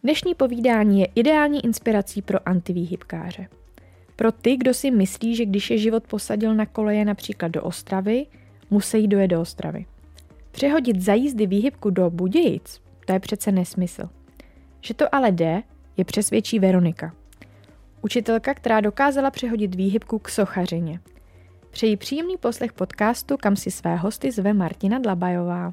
Dnešní povídání je ideální inspirací pro antivýhybkáře. Pro ty, kdo si myslí, že když je život posadil na koleje například do Ostravy, musí dojet do Ostravy. Přehodit za jízdy výhybku do Budějic, to je přece nesmysl. Že to ale jde, je přesvědčí Veronika. Učitelka, která dokázala přehodit výhybku k sochařině. Přeji příjemný poslech podcastu, kam si své hosty zve Martina Dlabajová.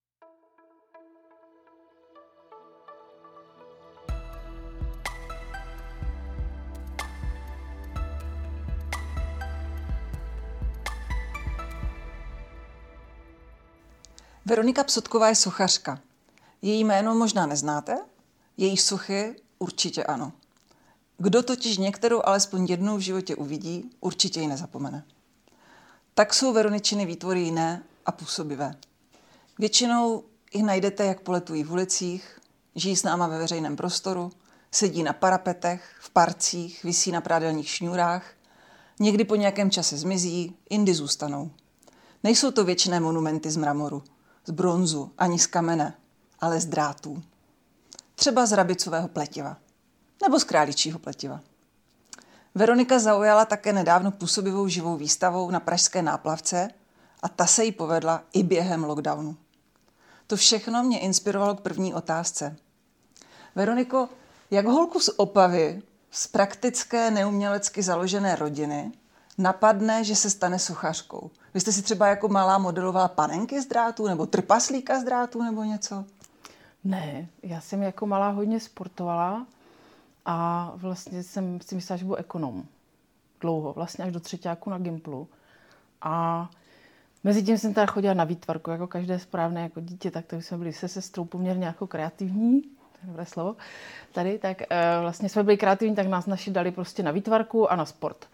Veronika Psotková je sochařka. Její jméno možná neznáte, její sochy určitě ano. Kdo totiž některou alespoň jednou v životě uvidí, určitě ji nezapomene. Tak jsou Veroničiny výtvory jiné a působivé. Většinou jich najdete, jak poletují v ulicích, žijí s náma ve veřejném prostoru, sedí na parapetech, v parcích, visí na prádelních šňůrách, někdy po nějakém čase zmizí, jindy zůstanou. Nejsou to věčné monumenty z mramoru, z bronzu ani z kamene, ale z drátů. Třeba z rabicového pletiva nebo z králičího pletiva. Veronika zaujala také nedávno působivou živou výstavou na pražské Náplavce a ta se jí povedla i během lockdownu. To všechno mě inspirovalo k první otázce. Veroniko, jak holku z Opavy, z praktické neumělecky založené rodiny, napadne, že se stane sochařkou? Vy jste si třeba jako malá modelovala panenky z drátů nebo trpaslíka z drátů nebo něco? Ne, já jsem jako malá hodně sportovala a vlastně jsem si myslela, že budu ekonom. Dlouho, vlastně až do třeťáku na Gimplu. A mezi tím jsem teda chodila na výtvarku, jako každé správné jako dítě, tak to jsme byli se sestrou poměrně jako kreativní, to je dobré slovo, tady, tak vlastně jsme byli kreativní, tak nás naši dali prostě na výtvarku a na sport.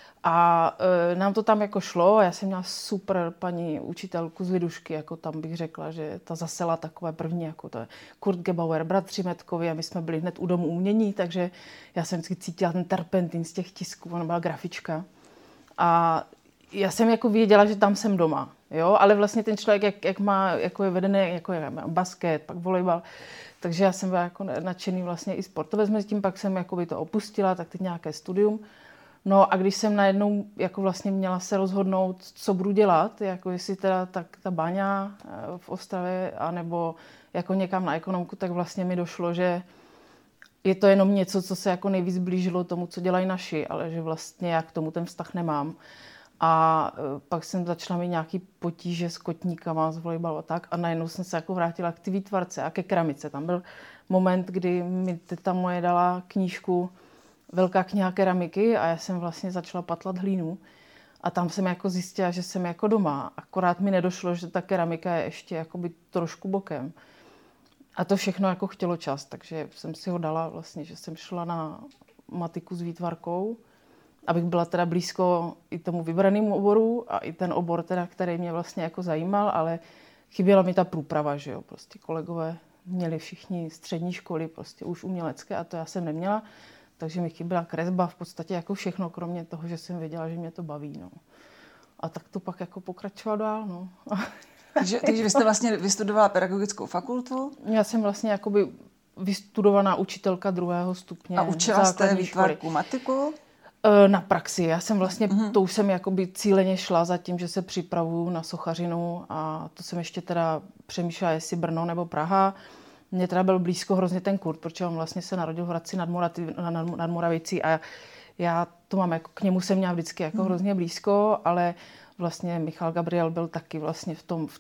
A nám to tam jako šlo, já jsem měla super paní učitelku z Lidušky, jako tam bych řekla, že ta zasela takové první, jako to je Kurt Gebauer, bratři Metkovi a my jsme byli hned u Domu umění, takže já jsem vždycky cítila ten terpentin z těch tisků, ona byla grafička. A já jsem jako věděla, že tam jsem doma, jo, ale vlastně ten člověk, jak má, jako je vedený, jako je basket, pak volejbal, takže já jsem byla jako nadšený vlastně i sportovec, mezi tím pak jsem jakoby to opustila, tak teď nějaké studium. No a když jsem najednou jako vlastně měla se rozhodnout, co budu dělat, jako jestli teda tak ta Baňa v Ostravě, anebo jako někam na ekonomku, tak vlastně mi došlo, že je to jenom něco, co se jako nejvíc blížilo tomu, co dělají naši, ale že vlastně já k tomu ten vztah nemám. A pak jsem začala mít nějaký potíže s kotníkama, s volejbalu a tak a najednou jsem se jako vrátila k ty výtvarce a ke keramice. Tam byl moment, kdy mi teta moje dala knížku Velká kniha keramiky a já jsem vlastně začala patlat hlínu a tam jsem jako zjistila, že jsem jako doma. Akorát mi nedošlo, že ta keramika je ještě jakoby trošku bokem. A to všechno jako chtělo čas, takže jsem si ho dala vlastně, že jsem šla na matiku s výtvarkou, abych byla teda blízko i tomu vybranému oboru a i ten obor teda, který mě vlastně jako zajímal, ale chyběla mi ta průprava, že jo, prostě kolegové měli všichni střední školy prostě už umělecké a to já jsem neměla. Takže mi chyběla kresba, v podstatě jako všechno, kromě toho, že jsem věděla, že mě to baví. No. A tak to pak jako pokračovalo dál. No. Takže vy jste vlastně vystudovala pedagogickou fakultu? Já jsem vlastně jakoby vystudovaná učitelka 2. stupně. A učila jste výtvarku, matiku? Na praxi. Já jsem vlastně, to už jsem jakoby cíleně šla za tím, že se připravuju na sochařinu a to jsem ještě teda přemýšlela, jestli Brno nebo Praha. Mně teda byl blízko hrozně ten Kurt, protože on vlastně se narodil v Hradci nad Moravicí a já to mám, jako k němu jsem měla vždycky jako hrozně blízko, ale vlastně Michal Gabriel byl taky vlastně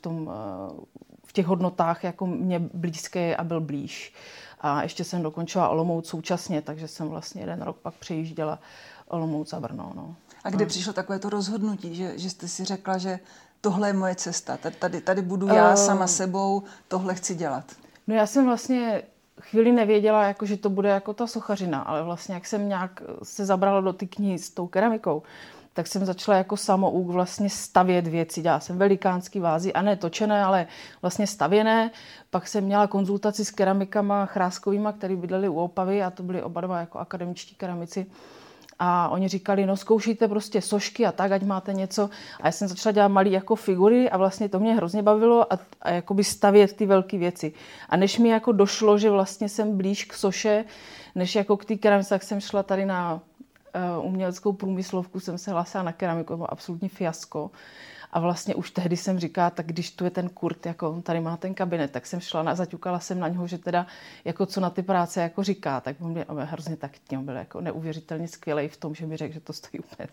v těch hodnotách jako mě blízké a byl blíž. A ještě jsem dokončila Olomouc současně, takže jsem vlastně 1 rok pak přejížděla Olomouc a Brno. No. A kdy přišlo takové to rozhodnutí, že jste si řekla, že tohle je moje cesta, tady budu já sama sebou, tohle chci dělat? No já jsem vlastně chvíli nevěděla, jako, že to bude jako ta sochařina, ale vlastně jak jsem nějak se zabrala do ty knihy s tou keramikou, tak jsem začala jako samouk vlastně stavět věci. Dělala jsem velikánský vázy, a ne točené, ale vlastně stavěné. Pak jsem měla konzultaci s keramikama chráskovýma, který bydleli u Opavy a to byli oba dva jako akademičtí keramici. A oni říkali, no zkoušejte prostě sošky a tak, ať máte něco. A já jsem začala dělat malý jako figury a vlastně to mě hrozně bavilo a jakoby stavět ty velké věci. A než mi jako došlo, že vlastně jsem blíž k soše, než jako k té keramice, tak jsem šla tady na uměleckou průmyslovku, jsem se hlásila na keramiku, to bylo absolutní fiasko. A vlastně už tehdy jsem říkala, tak když tu je ten Kurt, jako on tady má ten kabinet, tak jsem šla, zaťukala jsem na něho, že teda jako co na ty práce jako říká, tak on byl hrozně taktní, on byl jako neuvěřitelně skvělej v tom, že mi řekl, že to stojí úplně,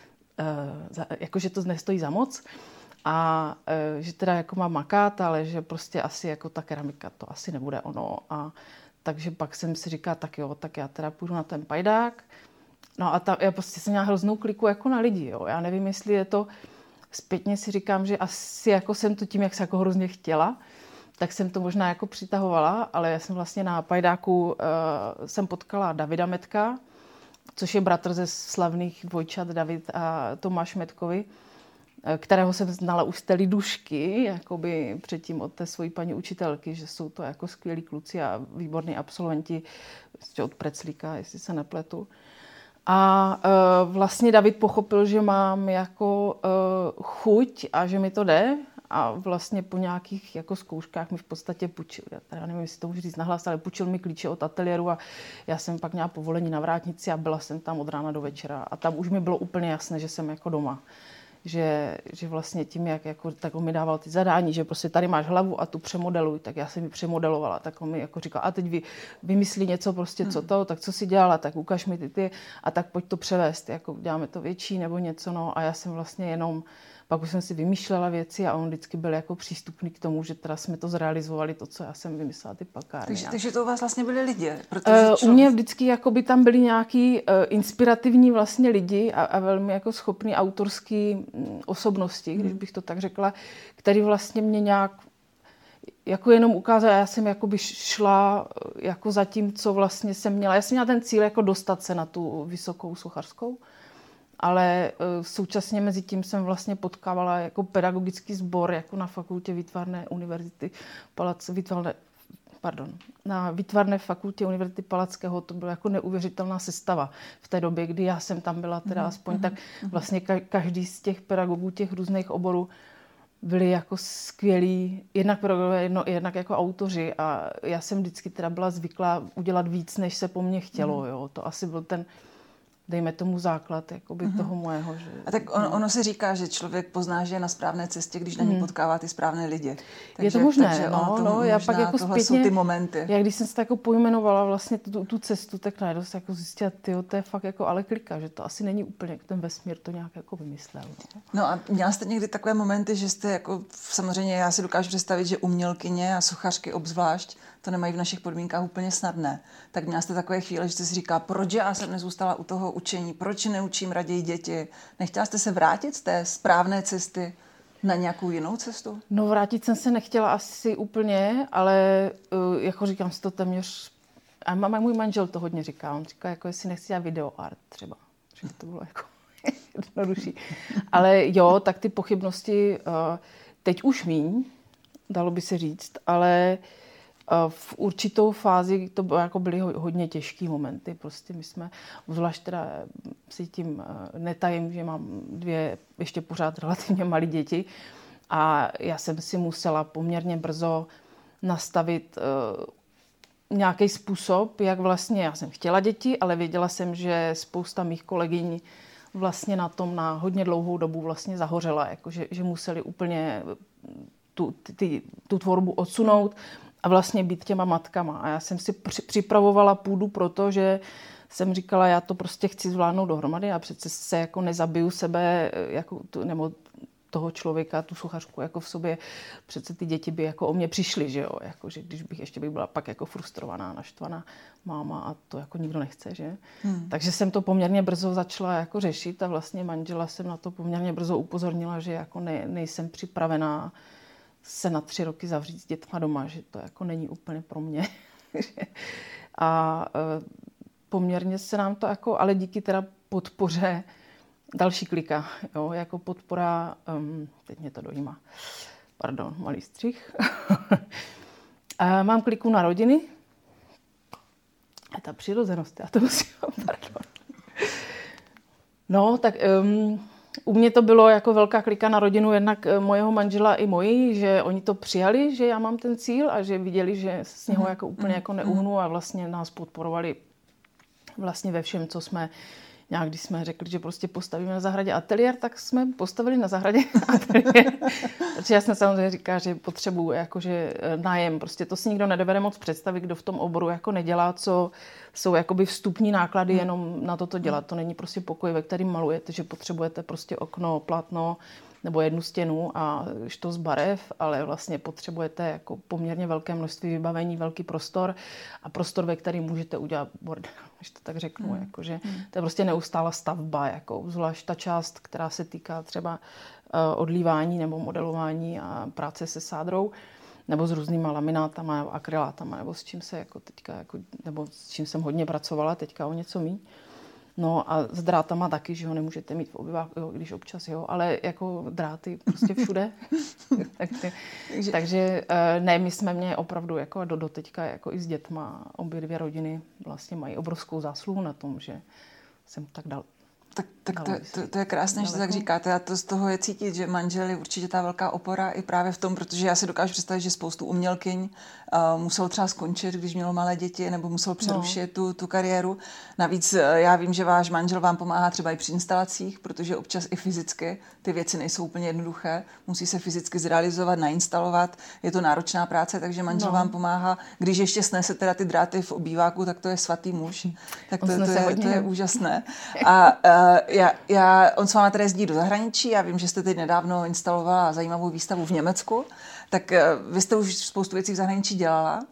jako že to nestojí za moc a že teda jako má makat, ale že prostě asi jako ta keramika to asi nebude ono. A takže pak jsem si říkala, tak jo, tak já teda půjdu na ten pajdák. No a já prostě jsem měla hroznou kliku jako na lidi, jo. Já nevím, jestli je to, zpětně si říkám, že asi jako jsem to tím, jak se jako hrozně chtěla, tak jsem to možná jako přitahovala, ale já jsem vlastně na pajdáku jsem potkala Davida Metka, což je bratr ze slavných dvojčat David a Tomáš Metkovi, kterého jsem znala už z té lidušky, jakoby předtím od té svojí paní učitelky, že jsou to jako skvělí kluci a výborní absolventi od Preclíka, jestli se nepletu. A vlastně David pochopil, že mám jako chuť a že mi to jde a vlastně po nějakých jako zkouškách mi v podstatě půjčil. Já nevím, jestli to můžu říct nahlas, ale půjčil mi klíče od ateliéru a já jsem pak měla povolení na vrátnici a byla jsem tam od rána do večera a tam už mi bylo úplně jasné, že jsem jako doma. Že vlastně tím, tak on mi dával ty zadání, že prostě tady máš hlavu a tu přemodeluj, tak já jsem ji přemodelovala, tak on mi jako říkal, a teď vymyslí něco prostě, co to, tak co si dělala, tak ukaž mi ty a tak pojď to převést, jako děláme to větší nebo něco, no a já jsem vlastně jenom, pak už jsem si vymýšlela věci a on vždycky byl jako přístupný k tomu, že teda jsme to zrealizovali, to, co já jsem vymyslela, ty pakárny. Takže to u vás vlastně byli lidi? U mě vždycky jako by tam byli nějaký inspirativní vlastně lidi a velmi jako schopný autorský osobnosti, když bych to tak řekla, který vlastně mě nějak jako jenom ukázal, já jsem jakoby šla jako za tím, co vlastně jsem měla. Já jsem měla ten cíl jako dostat se na tu vysokou sochařskou, ale současně mezi tím jsem vlastně potkávala jako pedagogický sbor jako na fakultě Výtvarné univerzity na Výtvarné fakultě Univerzity Palackého. To byla jako neuvěřitelná sestava v té době, kdy já jsem tam byla teda aspoň, tak vlastně každý z těch pedagogů těch různých oborů byli jako skvělí, jednak pedagogové, jednak jako autoři a já jsem vždycky teda byla zvyklá udělat víc, než se po mně chtělo. Jo. To asi byl ten, dejme tomu základ jakoby toho mojeho. Že, a tak ono se říká, že člověk pozná, že je na správné cestě, když na ní potkává ty správné lidi. Takže, je to možné, já pak jako zpětně, jsou ty momenty. Já když jsem se jako pojmenovala vlastně tu cestu, tak najednou se jako zjistila, to je fakt jako ale klika, že to asi není úplně ten vesmír to nějak jako vymyslel. No a měla jste někdy takové momenty, že jste jako, samozřejmě já si dokážu představit, že umělkyně a sochařky obzvlášť to nemají v našich podmínkách úplně snadné. Tak měla jste takové chvíle, že jste si říká, proč já jsem nezůstala u toho učení, proč neučím raději děti? Nechtěla jste se vrátit z té správné cesty na nějakou jinou cestu? No vrátit jsem se nechtěla asi úplně, ale jako říkám si to téměř, a můj manžel to hodně říká, on říká, jako jestli nechci dělat videoart třeba, že to bylo jako jednodušší. Ale jo, tak ty pochybnosti teď už míň, dalo by se říct, ale v určitou fázi to bylo, jako byly hodně těžký momenty. Prostě my jsme, zvlášť teda si tím netajím, že mám 2 ještě pořád relativně malé děti a já jsem si musela poměrně brzo nastavit nějaký způsob, jak vlastně, já jsem chtěla děti, ale věděla jsem, že spousta mých kolegyň vlastně na tom na hodně dlouhou dobu vlastně zahořela, jako že museli úplně tu tvorbu odsunout a vlastně být těma matkama. A já jsem si připravovala půdu, protože jsem říkala, já to prostě chci zvládnout dohromady a přece se jako nezabiju sebe jako nebo toho člověka, tu sochařku jako v sobě. Přece ty děti by jako o mě přišly, že jo? Jako, že když bych ještě byla pak jako frustrovaná, naštvaná máma a to jako nikdo nechce, že? Takže jsem to poměrně brzo začala jako řešit a vlastně manžela jsem na to poměrně brzo upozornila, že jako nejsem připravená se na 3 roky zavřít s dětma doma, že to jako není úplně pro mě. A poměrně se nám to jako, ale díky teda podpoře, další klika, jo, jako podpora, teď mě to dojímá, pardon, malý střih. Mám kliku na rodiny. A ta přirozenost, já to musím, pardon. No, tak u mě to bylo jako velká klika na rodinu, jednak mojeho manžela i moji, že oni to přijali, že já mám ten cíl a že viděli, že z něho jako úplně jako neuhnu a vlastně nás podporovali vlastně ve všem, co jsme nějak, když jsme řekli, že prostě postavíme na zahradě ateliér, tak jsme postavili na zahradě ateliér. Protože já jsem samozřejmě říká, že potřebuji jakože nájem. Prostě to si nikdo nedovede moc představit, kdo v tom oboru jako nedělá, co jsou jakoby vstupní náklady jenom na toto dělat. To není prostě pokoj, ve kterým malujete, že potřebujete prostě okno, plátno nebo jednu stěnu a štos barev, ale vlastně potřebujete jako poměrně velké množství vybavení, velký prostor a prostor, ve kterém můžete udělat bordel, když to tak řeknu. Jakože to je prostě neustálá stavba, jako zvlášť ta část, která se týká třeba odlívání nebo modelování a práce se sádrou, nebo s různýma laminátama, nebo akrylátama, nebo s čím se jako teďka, jako, nebo s čím jsem hodně pracovala, teďka o něco míň. No a s drátama taky, že ho nemůžete mít v obyváku, jo, když občas, jo, ale jako dráty prostě všude. Takže ne, my jsme mě opravdu jako do teďka jako i s dětma, obě dvě rodiny vlastně mají obrovskou zásluhu na tom, že jsem tak dal. Tak to je krásné, že to tak říkáte. A to z toho je cítit, že manžel je určitě ta velká opora i právě v tom, protože já si dokážu představit, že spoustu umělkyň muselo třeba skončit, když mělo malé děti, nebo muselo přerušit tu kariéru. Navíc já vím, že váš manžel vám pomáhá třeba i při instalacích, protože občas i fyzicky ty věci nejsou úplně jednoduché. Musí se fyzicky zrealizovat, nainstalovat. Je to náročná práce, takže manžel vám pomáhá. Když ještě snese teda ty dráty v obýváku, tak to je svatý muž. Tak to je úžasné. A on s váma tady jezdí do zahraničí, já vím, že jste teď nedávno instalovala zajímavou výstavu v Německu, tak vy jste už spoustu věcí v zahraničí dělala.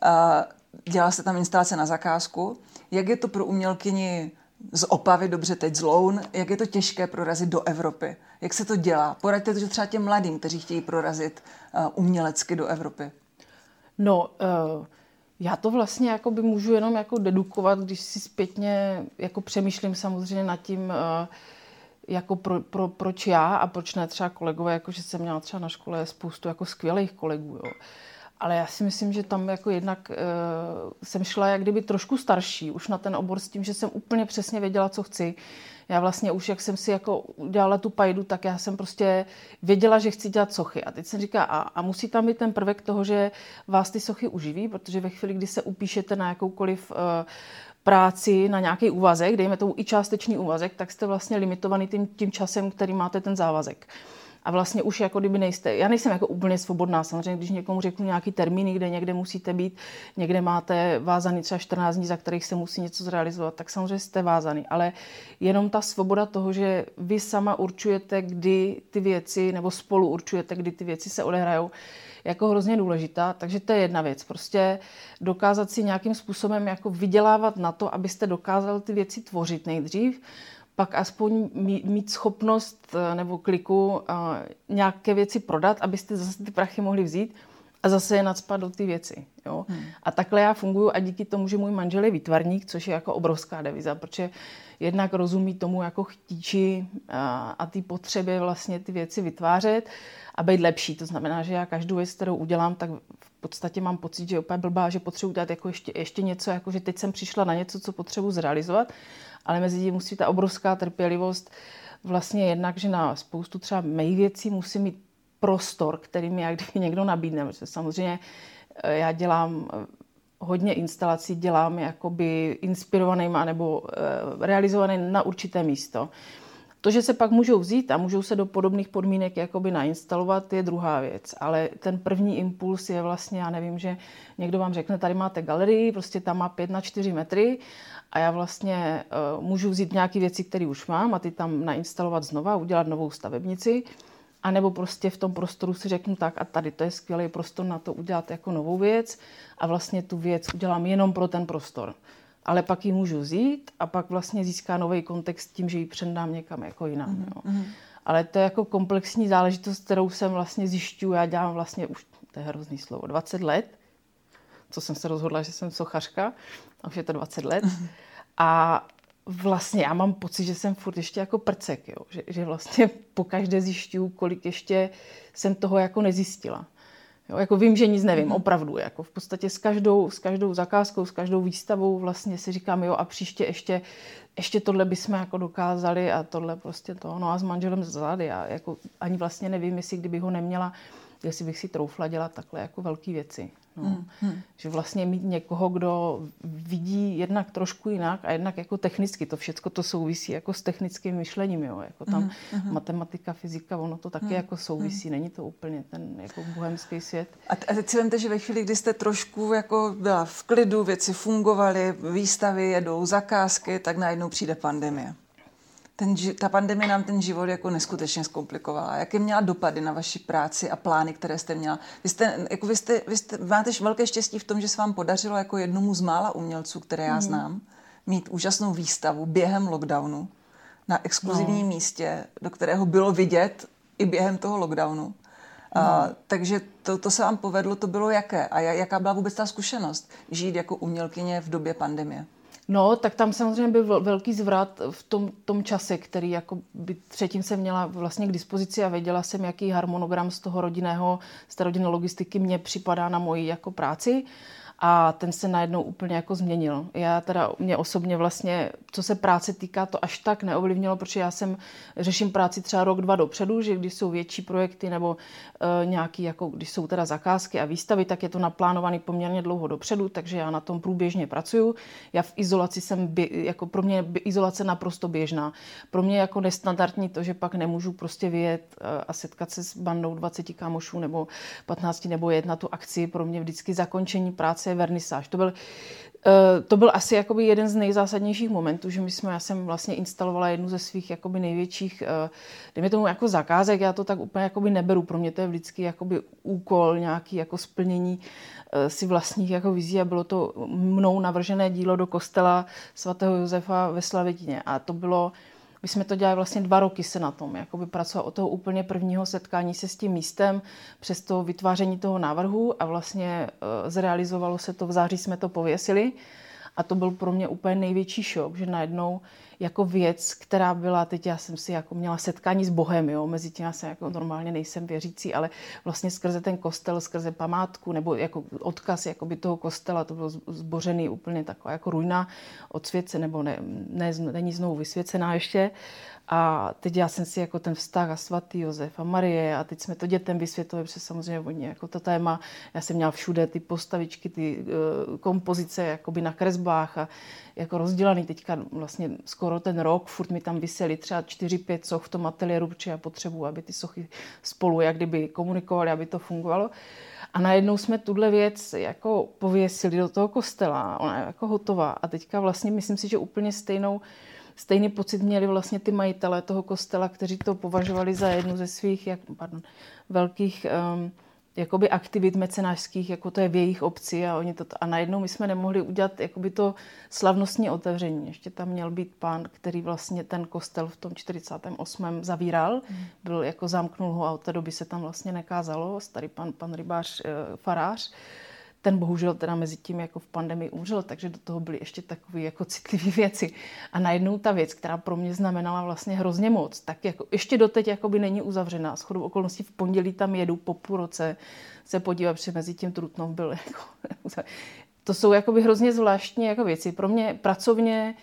Dělala jste tam instalace na zakázku. Jak je to pro umělkyni z Opavy, dobře teď z Loun, jak je to těžké prorazit do Evropy? Jak se to dělá? Poraďte to třeba těm mladým, kteří chtějí prorazit umělecky do Evropy. No, já to vlastně jako by můžu jenom jako dedukovat, když si zpětně jako přemýšlím samozřejmě nad tím, jako proč já a proč ne třeba kolegové, jako že jsem měla třeba na škole spoustu jako skvělých kolegů. Jo. Ale já si myslím, že tam jako jednak jsem šla jak kdyby trošku starší už na ten obor s tím, že jsem úplně přesně věděla, co chci. Já vlastně už, jak jsem si jako dělala tu pajdu, tak já jsem prostě věděla, že chci dělat sochy. A teď jsem říkala, a musí tam být ten prvek toho, že vás ty sochy uživí, protože ve chvíli, kdy se upíšete na jakoukoliv práci, na nějaký úvazek, dejme tomu i částečný úvazek, tak jste vlastně limitovaný tím časem, který máte ten závazek. A vlastně už jako kdyby nejste, já nejsem jako úplně svobodná, samozřejmě, když někomu řeknu nějaký termíny, kde někde musíte být, někde máte vázaný třeba 14 dní, za kterých se musí něco zrealizovat, tak samozřejmě jste vázaný, ale jenom ta svoboda toho, že vy sama určujete, kdy ty věci, nebo spolu určujete, kdy ty věci se odehrajou, jako hrozně důležitá, takže to je jedna věc, prostě dokázat si nějakým způsobem jako vydělávat na to, abyste dokázal ty věci tvořit nejdřív, pak aspoň mít schopnost nebo kliku nějaké věci prodat, abyste zase ty prachy mohli vzít a zase je nacpat do ty věci. Jo? A takhle já funguju a díky tomu, že můj manžel je výtvarník, což je jako obrovská deviza, protože jednak rozumí tomu jako chtíči a ty potřeby vlastně ty věci vytvářet a být lepší. To znamená, že já každou věc, kterou udělám, tak v podstatě mám pocit, že je úplně blbá, že potřebuji dělat jako ještě něco, jako že teď jsem přišla na něco, co potřebuji zrealizovat, ale mezi tím musí ta obrovská trpělivost vlastně jednak, že na spoustu třeba mých věcí musí mít prostor, který mi jak kdyby někdo nabídne. Protože samozřejmě já dělám hodně instalací, dělám jakoby inspirovanýma nebo realizovaný na určité místo. To, že se pak můžou vzít a můžou se do podobných podmínek jakoby nainstalovat, je druhá věc. Ale ten první impuls je vlastně, já nevím, že někdo vám řekne, tady máte galerii, prostě tam má 5x4 metry a já vlastně můžu vzít nějaké věci, které už mám a ty tam nainstalovat znova, udělat novou stavebnici. A nebo prostě v tom prostoru si řeknu tak a tady to je skvělý prostor na to udělat jako novou věc a vlastně tu věc udělám jenom pro ten prostor. Ale pak ji můžu vzít a pak vlastně získá nový kontext tím, že ji předám někam jako jinam. Jo. Ale to je jako komplexní záležitost, kterou jsem vlastně zjišťuju. Já dělám vlastně už, to je hrozný slovo, 20 let, co jsem se rozhodla, že jsem sochařka, a už je to 20 let. A vlastně já mám pocit, že jsem furt ještě jako prcek, jo. Že vlastně pokaždé zjišťuju, kolik ještě jsem toho jako nezjistila. Jo, jako vím, že nic nevím, opravdu. Jako v podstatě s každou zakázkou, s každou výstavou vlastně si říkám, jo, a příště ještě tohle bychom jako dokázali a tohle prostě to. No a s manželem zády. Já jako ani vlastně nevím, jestli kdyby ho neměla, jestli bych si troufla dělat takhle jako velké věci. No. Že vlastně mít někoho, kdo vidí jednak trošku jinak a jednak jako technicky. To všechno to souvisí jako s technickým myšlením. Jo. Jako tam matematika, fyzika, ono to taky jako souvisí. Není to úplně ten jako bohemský svět. A teď si vemte, že ve chvíli, kdy jste trošku jako byla v klidu, věci fungovaly, výstavy jedou, zakázky, tak najednou přijde pandemie. Ta pandemie nám ten život jako neskutečně zkomplikovala. Jaké měla dopady na vaši práci a plány, které jste měla? Vy máte velké štěstí v tom, že se vám podařilo jako jednomu z mála umělců, které já znám, mít úžasnou výstavu během lockdownu na exkluzivním místě, do kterého bylo vidět i během toho lockdownu. Takže to se vám povedlo, to bylo jaké? A jaká byla vůbec ta zkušenost žít jako umělkyně v době pandemie? No, tak tam samozřejmě byl velký zvrat v tom čase, který jako by předtím jsem měla vlastně k dispozici a věděla jsem, jaký harmonogram z toho z té rodinné logistiky mě připadá na moji jako práci. A ten se najednou úplně jako změnil. Mě osobně vlastně, co se práce týká, to až tak neovlivnilo, protože já řeším práci třeba rok, 2 dopředu, že když jsou větší projekty nebo nějaký, jako když jsou teda zakázky a výstavy, tak je to naplánovaný poměrně dlouho dopředu, takže já na tom průběžně pracuju. Já v izolaci jako pro mě izolace naprosto běžná. Pro mě jako nestandardní to, že pak nemůžu prostě vyjet a setkat se s bandou 20 kámošů nebo 15 nebo jet na tu akci. Pro mě vždycky zakončení práce vernisáž. To byl asi jakoby jeden z nejzásadnějších momentů, že já jsem vlastně instalovala jednu ze svých jakoby největších, dejme tomu jako zakázek, já to tak úplně jakoby neberu, pro mě to je vždycky jakoby úkol, nějaký jako splnění si vlastních jako vizí a bylo to mnou navržené dílo do kostela svatého Josefa ve Slavětině a to bylo. My jsme to dělali vlastně 2 roky se na tom, jakoby pracovat od toho úplně prvního setkání se s tím místem, přes to vytváření toho návrhu a vlastně zrealizovalo se to, v září jsme to pověsili a to byl pro mě úplně největší šok, že najednou jako věc, která byla, teď já jsem si jako měla setkání s Bohem, jo, mezi tím já jsem jako normálně nejsem věřící, ale vlastně skrze ten kostel, skrze památku nebo jako odkaz jakoby toho kostela, to bylo zbořený úplně taková jako ruina odsvěcen, nebo není znovu vysvěcená ještě. A teď já jsem si jako ten vztah a svatý Josef a Marie a teď jsme to dětem vysvětlili, protože samozřejmě oni jako to téma, já jsem měla všude ty postavičky, ty kompozice jakoby na kresbách a jako rozdělaný teďka vlastně skoro ten rok, furt mi tam visely třeba 4-5 soch v tom ateliéru, protože já potřebuji, aby ty sochy spolu jak kdyby komunikovaly, aby to fungovalo. A najednou jsme tuhle věc jako pověsili do toho kostela, ona je jako hotová a teďka vlastně myslím si, že úplně stejný pocit měli vlastně ty majitelé toho kostela, kteří to považovali za jednu ze svých velkých jakoby aktivit mecenářských, jako to je v jejich obci a najednou my jsme nemohli udělat jakoby to slavnostní otevření. Ještě tam měl být pán, který vlastně ten kostel v tom 48. zavíral, byl jako zamknul ho a od té doby se tam vlastně nekázalo, starý pan rybář, farář. Ten bohužel teda mezi tím jako v pandemii umřel, takže do toho byly ještě takové jako citlivé věci. A najednou ta věc, která pro mě znamenala vlastně hrozně moc, tak jako ještě doteď jakoby není uzavřená. Shodou okolností v pondělí tam jedu po půl roce se podívat, protože mezi tím Trutnov byl jako... To jsou jakoby hrozně zvláštní jako věci. Pro mě pracovně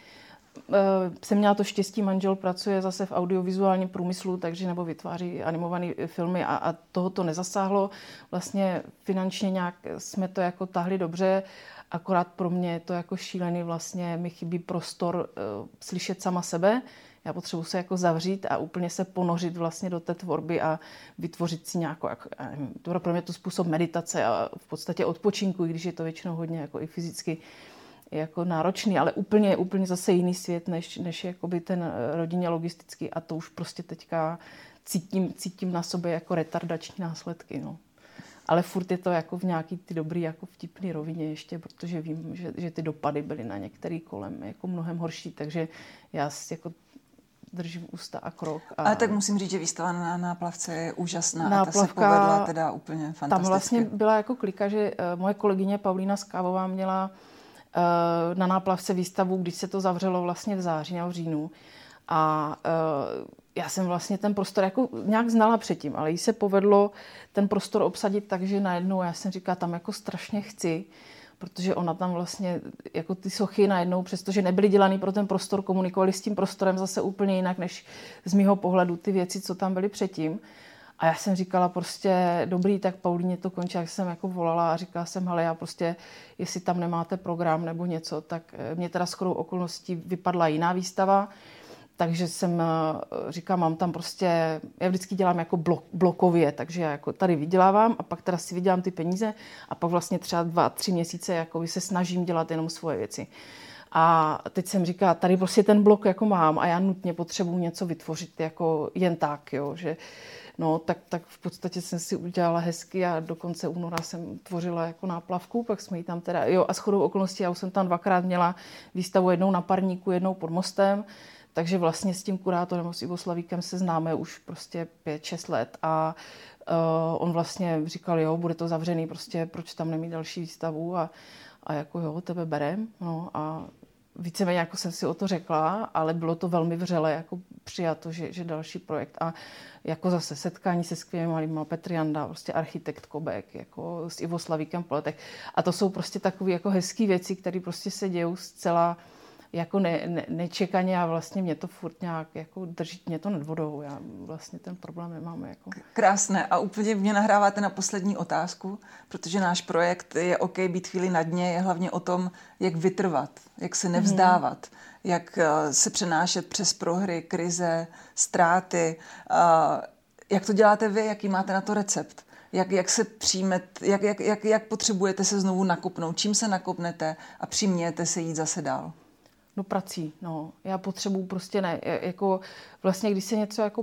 jsem měla to štěstí, manžel pracuje zase v audiovizuálním průmyslu, takže nebo vytváří animované filmy a toho to nezasáhlo. Vlastně finančně nějak jsme to jako tahli dobře, akorát pro mě je to jako šílený, vlastně mi chybí prostor slyšet sama sebe. Já potřebuji se jako zavřít a úplně se ponořit vlastně do té tvorby a vytvořit si nějakou, to pro mě to způsob meditace a v podstatě odpočinku, i když je to většinou hodně jako i fyzicky jako náročný, ale úplně zase jiný svět, než jakoby ten rodinně logistický a to už prostě teďka cítím na sobě jako retardační následky, no. Ale furt je to jako v nějaký ty dobrý, jako vtipný rovině ještě, protože vím, že ty dopady byly na některý kolem jako mnohem horší, takže já jako držím ústa a krok. Ale tak musím říct, že výstava na Náplavce je úžasná a ta se povedla teda úplně fantasticky. Tam vlastně byla jako klika, že moje kolegyně Paulína Skávová měla na Náplavce výstavu, když se to zavřelo vlastně v září nebo v říjnu. A já jsem vlastně ten prostor jako nějak znala předtím, ale jí se povedlo ten prostor obsadit tak, že najednou já jsem říkala, tam jako strašně chci, protože ona tam vlastně, jako ty sochy najednou, přestože nebyly dělaný pro ten prostor, komunikovali s tím prostorem zase úplně jinak, než z mýho pohledu ty věci, co tam byly předtím. A já jsem říkala prostě, dobrý, tak Paulíně to končí, jak jsem jako volala a říkala jsem, hele, já prostě, jestli tam nemáte program nebo něco, tak mě teda shodou okolností vypadla jiná výstava, takže jsem říkala, mám tam prostě, já vždycky dělám jako blokově, takže já jako tady vydělávám a pak teda si vydělám ty peníze a pak vlastně třeba 2-3 měsíce jako se snažím dělat jenom svoje věci. A teď jsem říkala, tady prostě ten blok jako mám a já nutně potřebuji něco vytvořit jako jen tak, jo, že no, tak v podstatě jsem si udělala hezky a do konce února jsem tvořila jako náplavku, pak jsme ji tam teda, jo, a shodou okolností, já už jsem tam 2krát měla výstavu, jednou na Parníku, jednou pod mostem, takže vlastně s tím kurátorem, s Ivo Slavíkem se známe už prostě 5-6 let a on vlastně říkal, jo, bude to zavřený, prostě proč tam nemít další výstavu a jako jo, tebe berem, no a víceméně jako jsem si o to řekla, ale bylo to velmi vřele jako přijato, že další projekt a jako zase setkání se skvělými malýma, Petr Janda, prostě architekt Kobek, jako s Ivo Slavíkem po letech. A to jsou prostě takové jako hezké věci, které prostě se dějou zcela jako nečekaně a vlastně mě to furt nějak jako drží, mě to nad vodou. Já vlastně ten problém nemám. Jako. Krásné. A úplně mě nahráváte na poslední otázku, protože náš projekt je OK být chvíli na dně, je hlavně o tom, jak vytrvat, jak se nevzdávat, jak se přenášet přes prohry, krize, ztráty. Jak to děláte vy, jaký máte na to recept? Jak se přijmete, jak potřebujete se znovu nakopnout, čím se nakopnete a přimějete se jít zase dál? No prací, no. Já potřebuju prostě ne, jako vlastně, když se něco jako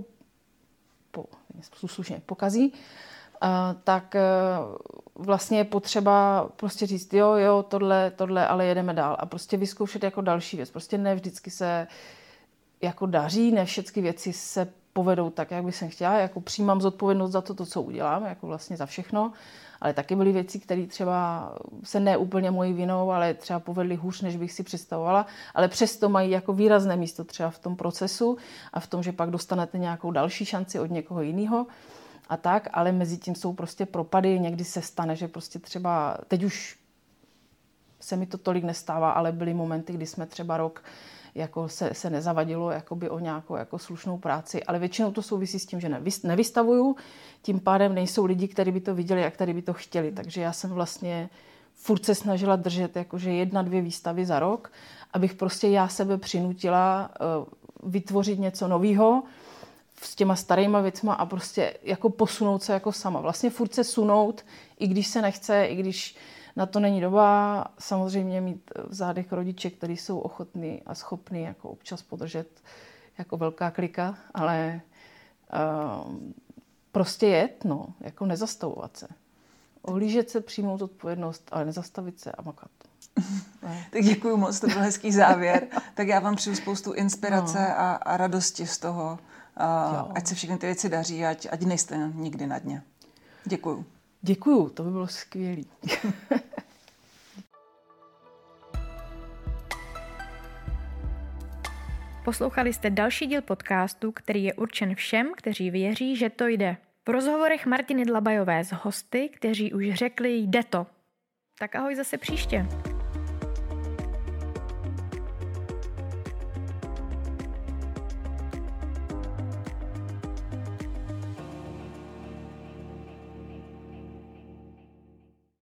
slušně pokazí, tak vlastně je potřeba prostě říct, jo, tohle, ale jedeme dál a prostě vyzkoušet jako další věc. Prostě ne vždycky se jako daří, ne všechny věci se povedou tak, jak bych jsem chtěla, jako přijímám zodpovědnost za to, co udělám, jako vlastně za všechno, ale taky byly věci, které třeba se ne úplně mojí vinou, ale třeba povedly hůř, než bych si představovala, ale přesto mají jako výrazné místo třeba v tom procesu a v tom, že pak dostanete nějakou další šanci od někoho jiného a tak, ale mezi tím jsou prostě propady, někdy se stane, že prostě třeba, teď už se mi to tolik nestává, ale byly momenty, kdy jsme třeba rok jako se nezavadilo jakoby o nějakou jako slušnou práci, ale většinou to souvisí s tím, že nevystavuju, tím pádem nejsou lidi, kteří by to viděli a kteří by to chtěli, takže já jsem vlastně furt se snažila držet jakože 1-2 výstavy za rok, abych prostě já sebe přinutila vytvořit něco nového s těma starýma věcma a prostě jako posunout se jako sama. Vlastně furt se sunout, i když se nechce, i když na to není doba, samozřejmě mít v zádech rodiče, kteří jsou ochotní a schopní jako občas podržet jako velká klika, ale prostě jet, no, jako nezastavovat se. Ohlížet se, přijmout odpovědnost, ale nezastavit se a makat. Tak děkuju moc, to byl hezký závěr. Tak já vám přeju spoustu inspirace a radosti z toho. Ať se všechny ty věci daří, ať nejste nikdy na dně. Děkuju. Děkuju, to by bylo skvělý. Poslouchali jste další díl podcastu, který je určen všem, kteří věří, že to jde. V rozhovorech Martiny Dlabajové s hosty, kteří už řekli jde to. Tak ahoj zase příště.